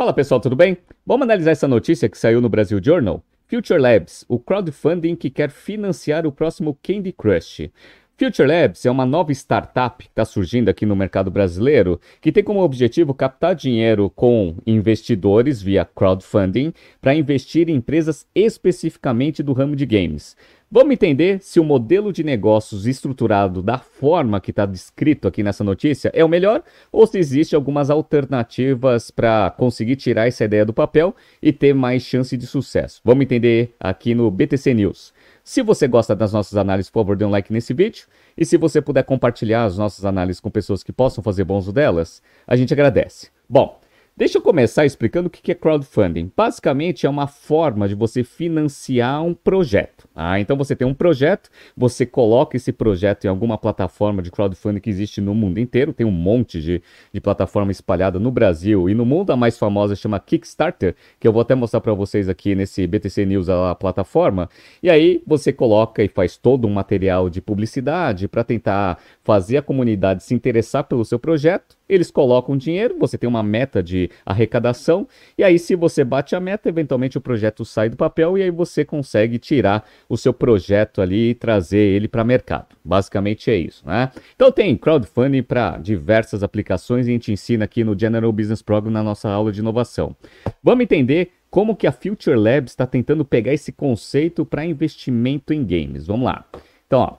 Fala pessoal, tudo bem? Vamos analisar essa notícia que saiu no Brasil Journal? Future Labs, o crowdfunding que quer financiar o próximo Candy Crush. Future Labs é uma nova startup que está surgindo aqui no mercado brasileiro, que tem como objetivo captar dinheiro com investidores via crowdfunding para investir em empresas especificamente do ramo de games. Vamos entender se o modelo de negócios estruturado da forma que está descrito aqui nessa notícia é o melhor ou se existem algumas alternativas para conseguir tirar essa ideia do papel e ter mais chance de sucesso. Vamos entender aqui no BTC News. Se você gosta das nossas análises, por favor, dê um like nesse vídeo. E se você puder compartilhar as nossas análises com pessoas que possam fazer bom uso delas, a gente agradece. Bom, deixa eu começar explicando o que é crowdfunding. Basicamente é uma forma de você financiar um projeto. Então você tem um projeto, você coloca esse projeto em alguma plataforma de crowdfunding que existe no mundo inteiro. Tem um monte de plataforma espalhada no Brasil e no mundo. A mais famosa chama Kickstarter, que eu vou até mostrar para vocês aqui nesse BTC News, a plataforma. E aí você coloca e faz todo um material de publicidade para tentar fazer a comunidade se interessar pelo seu projeto. Eles colocam dinheiro, você tem uma meta de arrecadação, e aí se você bate a meta, eventualmente o projeto sai do papel e aí você consegue tirar o seu projeto ali e trazer ele para mercado. Basicamente é isso, né? Então tem crowdfunding para diversas aplicações e a gente ensina aqui no General Business Program na nossa aula de inovação. Vamos entender como que a Future Labs está tentando pegar esse conceito para investimento em games. Vamos lá. Então, ó.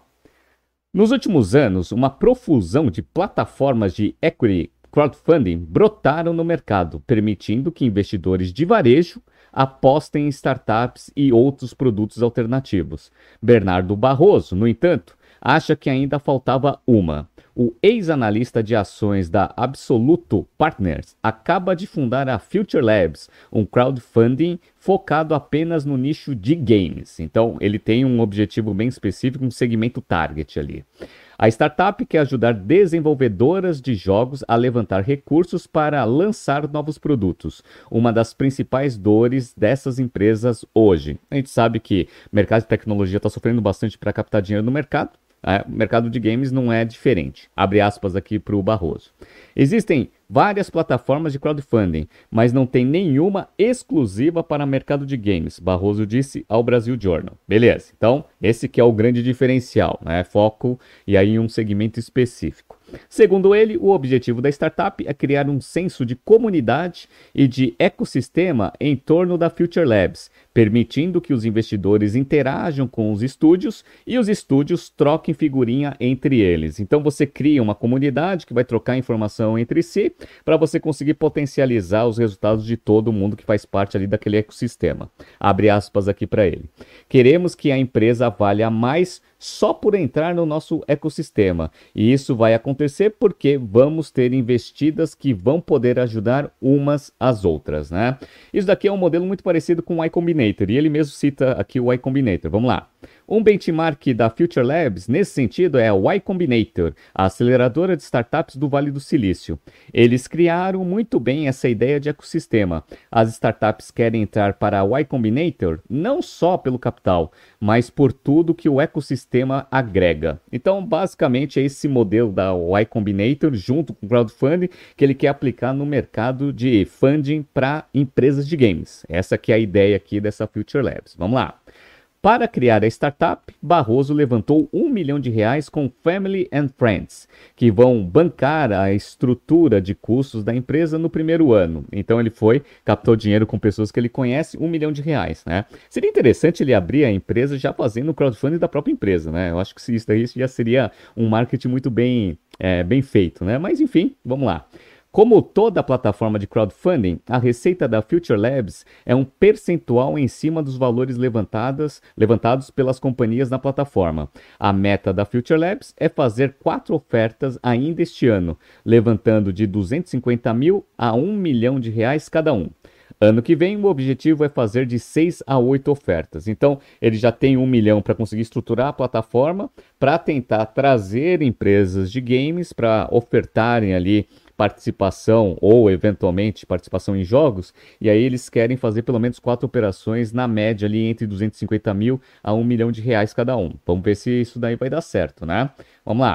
Nos últimos anos, uma profusão de plataformas de equity crowdfunding brotaram no mercado, permitindo que investidores de varejo apostem em startups e outros produtos alternativos. Bernardo Barroso, no entanto, acha que ainda faltava uma. O ex-analista de ações da Absoluto Partners acaba de fundar a Future Labs, um crowdfunding focado apenas no nicho de games. Então, ele tem um objetivo bem específico, um segmento target ali. A startup quer ajudar desenvolvedoras de jogos a levantar recursos para lançar novos produtos, uma das principais dores dessas empresas hoje. A gente sabe que o mercado de tecnologia está sofrendo bastante para captar dinheiro no mercado. O mercado de games não é diferente. Abre aspas aqui para o Barroso. Existem várias plataformas de crowdfunding, mas não tem nenhuma exclusiva para o mercado de games, Barroso disse ao Brasil Journal. Beleza, então esse que é o grande diferencial, né? Foco e aí um segmento específico. Segundo ele, o objetivo da startup é criar um senso de comunidade e de ecossistema em torno da Future Labs, permitindo que os investidores interajam com os estúdios e os estúdios troquem figurinha entre eles. Então você cria uma comunidade que vai trocar informação entre si para você conseguir potencializar os resultados de todo mundo que faz parte ali daquele ecossistema. Abre aspas aqui para ele. Queremos que a empresa valha mais só por entrar no nosso ecossistema. E isso vai acontecer porque vamos ter investidas que vão poder ajudar umas às outras, né? Isso daqui é um modelo muito parecido com o Y Combinator, e ele mesmo cita aqui o Y Combinator. Vamos lá. Um benchmark da Future Labs, nesse sentido, é a Y Combinator, a aceleradora de startups do Vale do Silício. Eles criaram muito bem essa ideia de ecossistema. As startups querem entrar para a Y Combinator não só pelo capital, mas por tudo que o ecossistema agrega. Então, basicamente, é esse modelo da Y Combinator, junto com o crowdfunding, que ele quer aplicar no mercado de funding para empresas de games. Essa que é a ideia aqui dessa Future Labs. Vamos lá. Para criar a startup, Barroso levantou R$1 milhão com Family and Friends, que vão bancar a estrutura de custos da empresa no primeiro ano. Então ele captou dinheiro com pessoas que ele conhece, R$1 milhão, né? Seria interessante ele abrir a empresa já fazendo o crowdfunding da própria empresa, né? Eu acho que isso daí já seria um marketing muito bem feito, né? Mas enfim, vamos lá. Como toda plataforma de crowdfunding, a receita da Future Labs é um percentual em cima dos valores levantados pelas companhias na plataforma. A meta da Future Labs é fazer 4 ofertas ainda este ano, levantando de 250 mil a R$1 milhão cada um. Ano que vem, o objetivo é fazer de 6 a 8 ofertas. Então, ele já tem R$1 milhão para conseguir estruturar a plataforma, para tentar trazer empresas de games para ofertarem ali participação ou, eventualmente, participação em jogos, e aí eles querem fazer pelo menos 4 operações, na média ali entre 250 mil a R$1 milhão cada um. Vamos ver se isso daí vai dar certo, né? Vamos lá.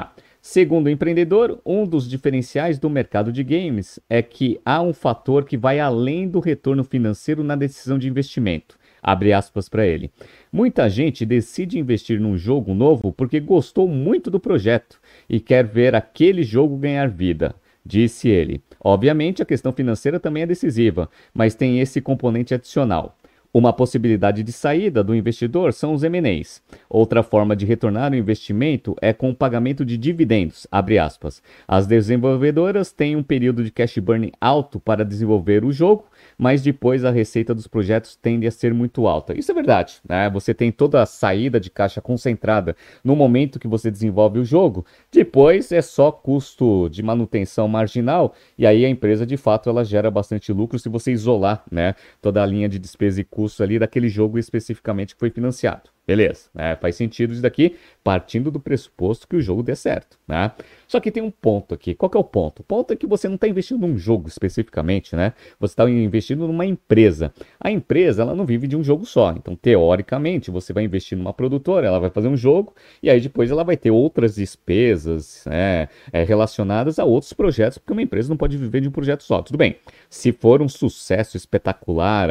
Segundo o empreendedor, um dos diferenciais do mercado de games é que há um fator que vai além do retorno financeiro na decisão de investimento. Abre aspas para ele. Muita gente decide investir num jogo novo porque gostou muito do projeto e quer ver aquele jogo ganhar vida, disse ele. Obviamente, a questão financeira também é decisiva, mas tem esse componente adicional. Uma possibilidade de saída do investidor são os M&As. Outra forma de retornar o investimento é com o pagamento de dividendos, abre aspas. As desenvolvedoras têm um período de cash burn alto para desenvolver o jogo, mas depois a receita dos projetos tende a ser muito alta. Isso é verdade, né? Você tem toda a saída de caixa concentrada no momento que você desenvolve o jogo, depois é só custo de manutenção marginal, e aí a empresa de fato ela gera bastante lucro se você isolar, né, toda a linha de despesa e custos ali daquele jogo especificamente que foi financiado. Beleza, né? Faz sentido isso daqui, partindo do pressuposto que o jogo dê certo, né? Só que tem um ponto aqui. Qual que é o ponto? O ponto é que você não está investindo num jogo especificamente, né? Você está investindo numa empresa. A empresa, ela não vive de um jogo só. Então, teoricamente, você vai investir numa produtora, ela vai fazer um jogo e aí depois ela vai ter outras despesas, né, relacionadas a outros projetos, porque uma empresa não pode viver de um projeto só. Tudo bem, se for um sucesso espetacular,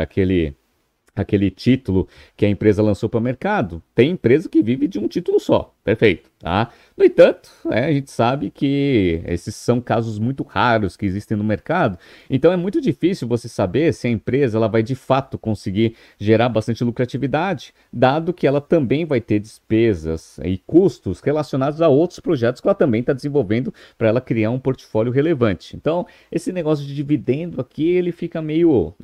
aquele título que a empresa lançou para o mercado, tem empresa que vive de um título só, perfeito, tá? No entanto, a gente sabe que esses são casos muito raros que existem no mercado, então é muito difícil você saber se a empresa ela vai de fato conseguir gerar bastante lucratividade, dado que ela também vai ter despesas e custos relacionados a outros projetos que ela também está desenvolvendo para ela criar um portfólio relevante. Então, esse negócio de dividendo aqui, ele fica meio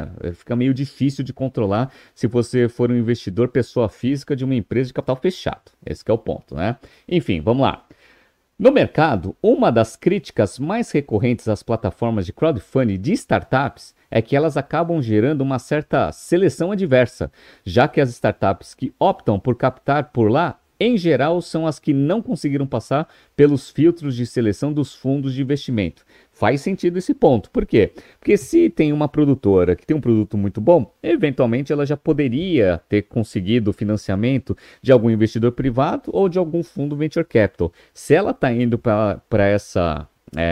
difícil de controlar se você for um investidor pessoa física de uma empresa de capital fechado. Esse que é o ponto, né? Enfim, vamos lá. No mercado, uma das críticas mais recorrentes às plataformas de crowdfunding de startups é que elas acabam gerando uma certa seleção adversa, já que as startups que optam por captar por lá, em geral, são as que não conseguiram passar pelos filtros de seleção dos fundos de investimento. Faz sentido esse ponto. Por quê? Porque se tem uma produtora que tem um produto muito bom, eventualmente ela já poderia ter conseguido o financiamento de algum investidor privado ou de algum fundo venture capital. Se ela está indo para essa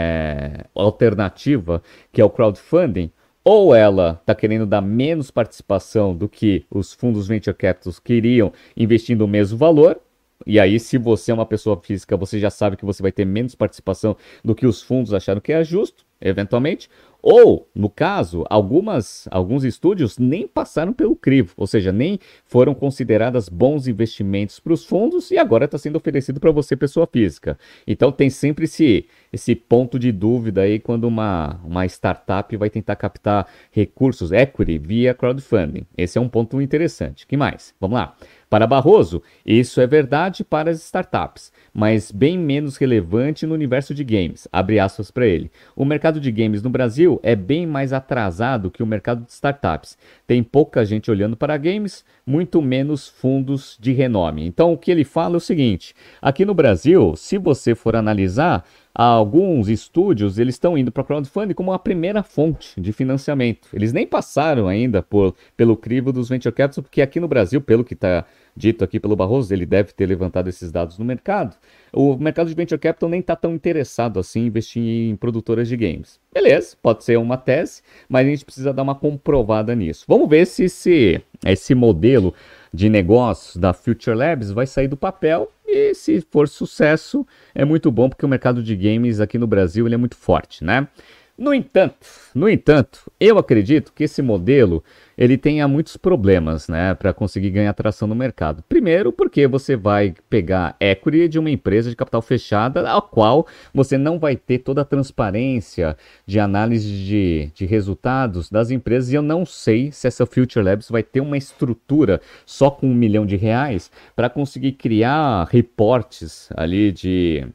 alternativa, que é o crowdfunding, ou ela está querendo dar menos participação do que os fundos venture capitals queriam investindo o mesmo valor. E aí, se você é uma pessoa física, você já sabe que você vai ter menos participação do que os fundos acharam que é justo, eventualmente. Ou, no caso, alguns estúdios nem passaram pelo crivo, ou seja, nem foram consideradas bons investimentos para os fundos e agora está sendo oferecido para você, pessoa física. Então tem sempre esse ponto de dúvida aí quando uma startup vai tentar captar recursos, equity, via crowdfunding. Esse é um ponto interessante. O que mais? Vamos lá. Para Barroso, isso é verdade para as startups, mas bem menos relevante no universo de games, abre aspas para ele. O mercado de games no Brasil é bem mais atrasado que o mercado de startups. Tem pouca gente olhando para games, muito menos fundos de renome. Então o que ele fala é o seguinte, aqui no Brasil, se você for analisar, alguns estúdios eles estão indo para crowdfunding como a primeira fonte de financiamento. Eles nem passaram ainda pelo crivo dos venture capital, porque aqui no Brasil, pelo que está dito aqui pelo Barroso, ele deve ter levantado esses dados no mercado. O mercado de venture capital nem está tão interessado assim em investir em produtoras de games. Beleza, pode ser uma tese, mas a gente precisa dar uma comprovada nisso. Vamos ver se esse modelo de negócios da Future Labs vai sair do papel e se for sucesso é muito bom porque o mercado de games aqui no Brasil ele é muito forte, né? No entanto, eu acredito que esse modelo ele tenha muitos problemas, né, para conseguir ganhar atração no mercado. Primeiro, porque você vai pegar equity de uma empresa de capital fechada, a qual você não vai ter toda a transparência de análise de resultados das empresas, e eu não sei se essa Future Labs vai ter uma estrutura só com R$ 1 milhão para conseguir criar reportes ali de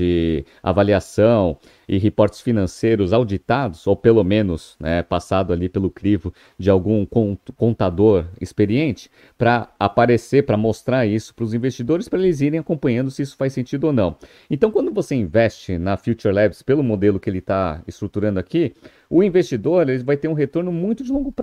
avaliação e reportes financeiros auditados, ou pelo menos passado ali pelo crivo de algum contador experiente, para aparecer, para mostrar isso para os investidores, para eles irem acompanhando se isso faz sentido ou não. Então, quando você investe na Future Labs pelo modelo que ele está estruturando aqui, o investidor ele vai ter um retorno muito de longo prazo.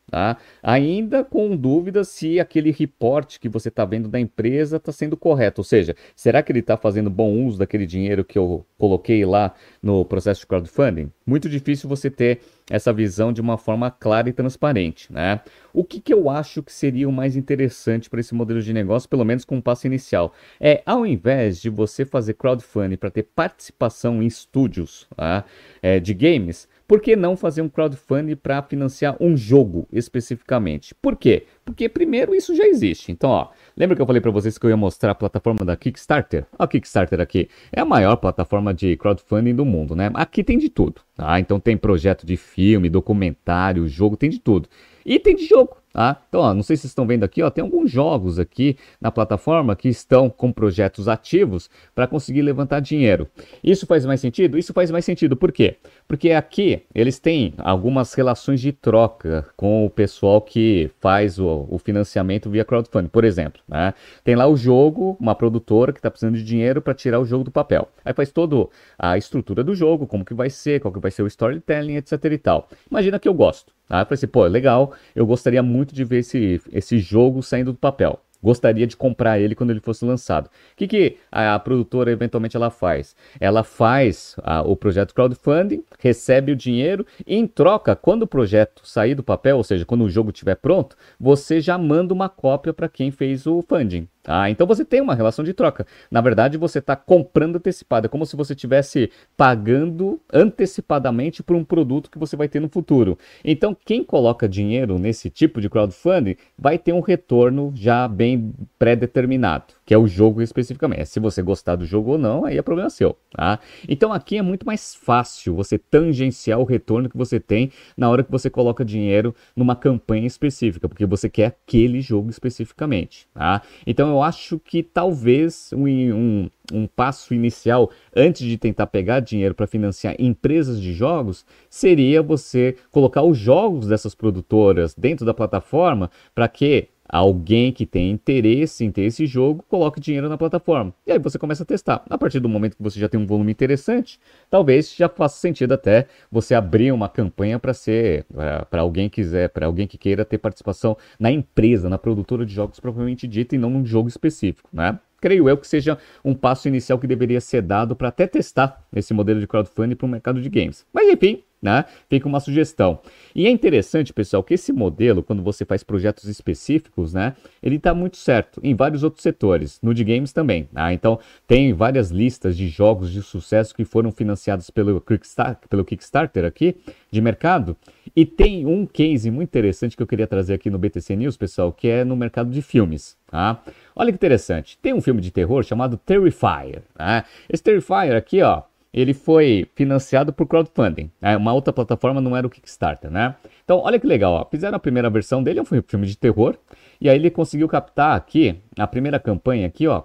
tá? Ainda com dúvida se aquele reporte que você está vendo da empresa está sendo correto. Ou seja, será que ele está fazendo bom uso daquele dinheiro que eu coloquei lá no processo de crowdfunding? Muito difícil você ter essa visão de uma forma clara e transparente, né? O que que eu acho que seria o mais interessante para esse modelo de negócio, pelo menos com um passo inicial, é ao invés de você fazer crowdfunding para ter participação em estúdios, tá? De games, por que não fazer um crowdfunding para financiar um jogo especificamente? Por quê? Porque primeiro isso já existe. Então, ó, lembra que eu falei para vocês que eu ia mostrar a plataforma da Kickstarter? A Kickstarter aqui é a maior plataforma de crowdfunding do mundo, né? Aqui tem de tudo, tá? Então tem projeto de filme, documentário, jogo, tem de tudo. E tem de jogo, tá? Então, ó, não sei se vocês estão vendo aqui, ó, tem alguns jogos aqui na plataforma que estão com projetos ativos para conseguir levantar dinheiro. Isso faz mais sentido? Isso faz mais sentido. Por quê? Porque aqui eles têm algumas relações de troca com o pessoal que faz o financiamento via crowdfunding. Por exemplo, né? Tem lá o jogo, uma produtora que está precisando de dinheiro para tirar o jogo do papel. Aí faz toda a estrutura do jogo, como que vai ser, qual que vai ser o storytelling, etc e tal. Imagina que eu gosto. Tá? Eu falei assim, pô, legal, eu gostaria muito de ver esse jogo saindo do papel. Gostaria de comprar ele quando ele fosse lançado. O que, que a produtora eventualmente ela faz? Ela faz o projeto crowdfunding, recebe o dinheiro e em troca, quando o projeto sair do papel, ou seja, quando o jogo estiver pronto, você já manda uma cópia para quem fez o funding. Então você tem uma relação de troca. Na verdade, você está comprando antecipado. É como se você estivesse pagando antecipadamente por um produto que você vai ter no futuro. Então, quem coloca dinheiro nesse tipo de crowdfunding vai ter um retorno já bem pré-determinado, que é o jogo especificamente. Se você gostar do jogo ou não, aí é problema seu. Tá? Então, aqui é muito mais fácil você tangenciar o retorno que você tem na hora que você coloca dinheiro numa campanha específica, porque você quer aquele jogo especificamente. Tá? Então, eu acho que talvez um passo inicial, antes de tentar pegar dinheiro para financiar empresas de jogos, seria você colocar os jogos dessas produtoras dentro da plataforma para que alguém que tem interesse em ter esse jogo coloque dinheiro na plataforma. E aí você começa a testar. A partir do momento que você já tem um volume interessante, talvez já faça sentido até você abrir uma campanha para ser para alguém quiser, para alguém que queira ter participação na empresa, na produtora de jogos propriamente dita e não num jogo específico, né? Creio eu que seja um passo inicial que deveria ser dado para até testar esse modelo de crowdfunding para o mercado de games. Mas enfim, né? Fica uma sugestão. E é interessante, pessoal, que esse modelo, quando você faz projetos específicos, né? Ele está muito certo em vários outros setores, no de games também. Então, tem várias listas de jogos de sucesso que foram financiados pelo Kickstarter aqui, de mercado. E tem um case muito interessante que eu queria trazer aqui no BTC News, pessoal, que é no mercado de filmes. Tá? Olha que interessante. Tem um filme de terror chamado Terrifier. Tá? Esse Terrifier aqui, ó, ele foi financiado por crowdfunding. Uma outra plataforma não era o Kickstarter, né? Então, olha que legal, ó. Fizeram a primeira versão dele, é um filme de terror. E aí ele conseguiu captar aqui, a primeira campanha aqui, ó,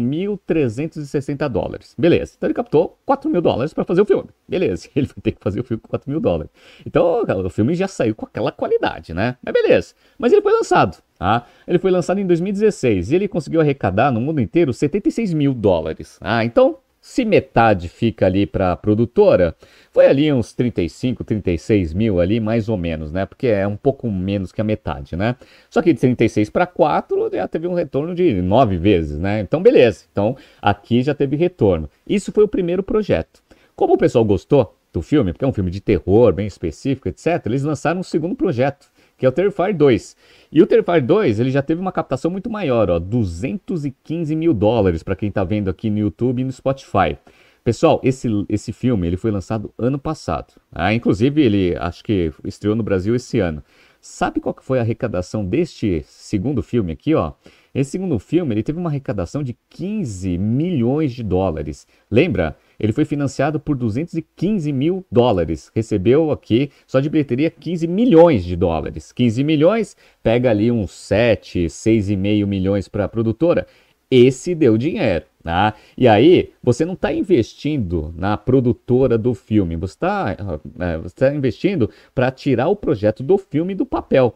$4.360. Beleza. Então ele captou $4.000 para fazer o filme. Beleza. Ele vai ter que fazer o filme com $4.000. Então o filme já saiu com aquela qualidade, né? Mas beleza. Mas ele foi lançado. Ele foi lançado em 2016 e ele conseguiu arrecadar no mundo inteiro $76 mil. Então, se metade fica ali para a produtora, foi ali uns 35, 36 mil ali, mais ou menos, né? Porque é um pouco menos que a metade, né? Só que de 36 para 4 já teve um retorno de 9 vezes, né? Então, beleza. Então, aqui já teve retorno. Isso foi o primeiro projeto. Como o pessoal gostou do filme, porque é um filme de terror, bem específico, etc., eles lançaram um segundo projeto, que é o Terrifier 2. E o Terrifier 2, ele já teve uma captação muito maior, ó, $215 mil, para quem está vendo aqui no YouTube e no Spotify. Pessoal, esse filme ele foi lançado ano passado. Inclusive, ele acho que estreou no Brasil esse ano. Sabe qual que foi a arrecadação deste segundo filme aqui, ó? Esse segundo filme, ele teve uma arrecadação de $15 milhões. Lembra? Ele foi financiado por $215 mil. Recebeu aqui, só de bilheteria, $15 milhões. 15 milhões, pega ali uns 7, 6,5 milhões para a produtora. Esse deu dinheiro. E aí, você não está investindo na produtora do filme, você está investindo para tirar o projeto do filme do papel.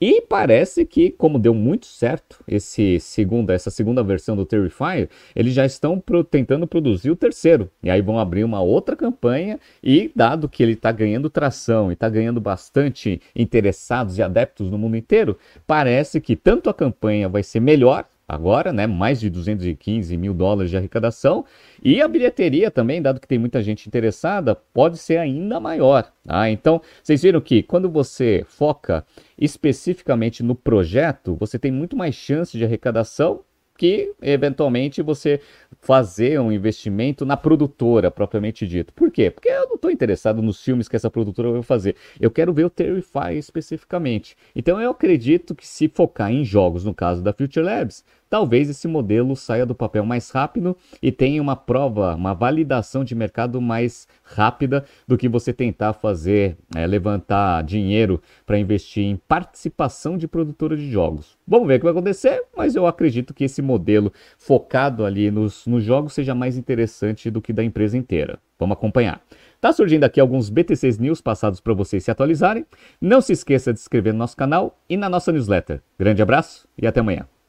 E parece que, como deu muito certo essa segunda versão do Terrifier, eles já estão tentando produzir o terceiro. E aí vão abrir uma outra campanha e, dado que ele está ganhando tração e está ganhando bastante interessados e adeptos no mundo inteiro, parece que tanto a campanha vai ser melhor, agora, né, mais de 215 mil dólares de arrecadação, e a bilheteria também, dado que tem muita gente interessada, pode ser ainda maior. Tá? Então, vocês viram que quando você foca especificamente no projeto, você tem muito mais chance de arrecadação que, eventualmente, você fazer um investimento na produtora, propriamente dito. Por quê? Porque eu não estou interessado nos filmes que essa produtora vai fazer. Eu quero ver o Terrifier especificamente. Então, eu acredito que se focar em jogos, no caso da Future Labs, talvez esse modelo saia do papel mais rápido e tenha uma prova, uma validação de mercado mais rápida do que você tentar fazer, levantar dinheiro para investir em participação de produtora de jogos. Vamos ver o que vai acontecer, mas eu acredito que esse modelo focado ali nos jogos seja mais interessante do que da empresa inteira. Vamos acompanhar. Tá surgindo aqui alguns BTCs News passados para vocês se atualizarem. Não se esqueça de se inscrever no nosso canal e na nossa newsletter. Grande abraço e até amanhã.